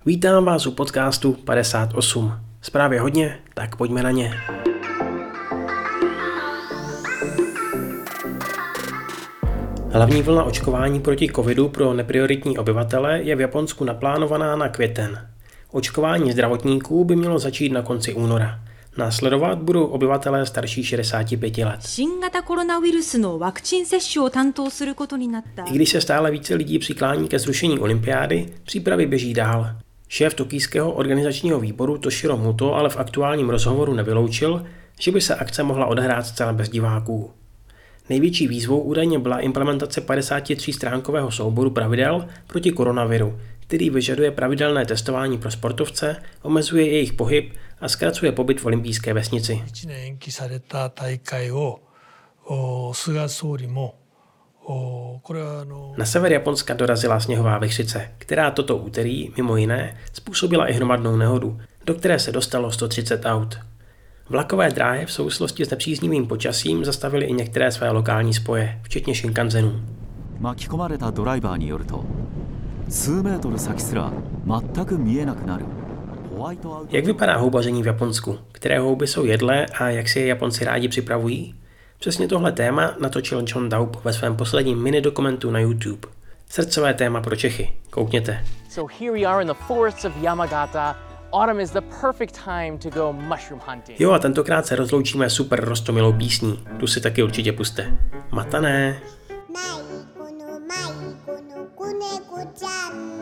Vítám vás u podcastu 58. Zprávy hodně, tak pojďme na ně. Hlavní vlna očkování proti covidu pro neprioritní obyvatele je v Japonsku naplánovaná na květen. Očkování zdravotníků by mělo začít na konci února. Následovat budou obyvatelé starší 65 let. I když se stále více lidí přiklání ke zrušení olympiády, přípravy běží dál. Šéf tokijského organizačního výboru Toshiro Muto ale v aktuálním rozhovoru nevyloučil, že by se akce mohla odehrát zcela bez diváků. Největší výzvou údajně byla implementace 53stránkového souboru pravidel proti koronaviru, který vyžaduje pravidelné testování pro sportovce, omezuje jejich pohyb a zkracuje pobyt v olympijské vesnici. Na sever Japonska dorazila sněhová vichřice, která toto úterý, mimo jiné, způsobila i hromadnou nehodu, do které se dostalo 130 aut. Vlakové dráhy v souvislosti s nepříznivým počasím zastavily i některé své lokální spoje, včetně Shinkansenů. Jak vypadá houbaření v Japonsku? Které houby jsou jedlé a jak si je Japonci rádi připravují? Přesně tohle téma natočil John Daub ve svém posledním mini-dokumentu na YouTube. Srdcové téma pro Čechy. Koukněte. So here we are in the forests of Yamagata. Autumn is the perfect time to go mushroom hunting. Jo, a tentokrát se rozloučíme super roztomilou písní. Tu si taky určitě puste. Matané!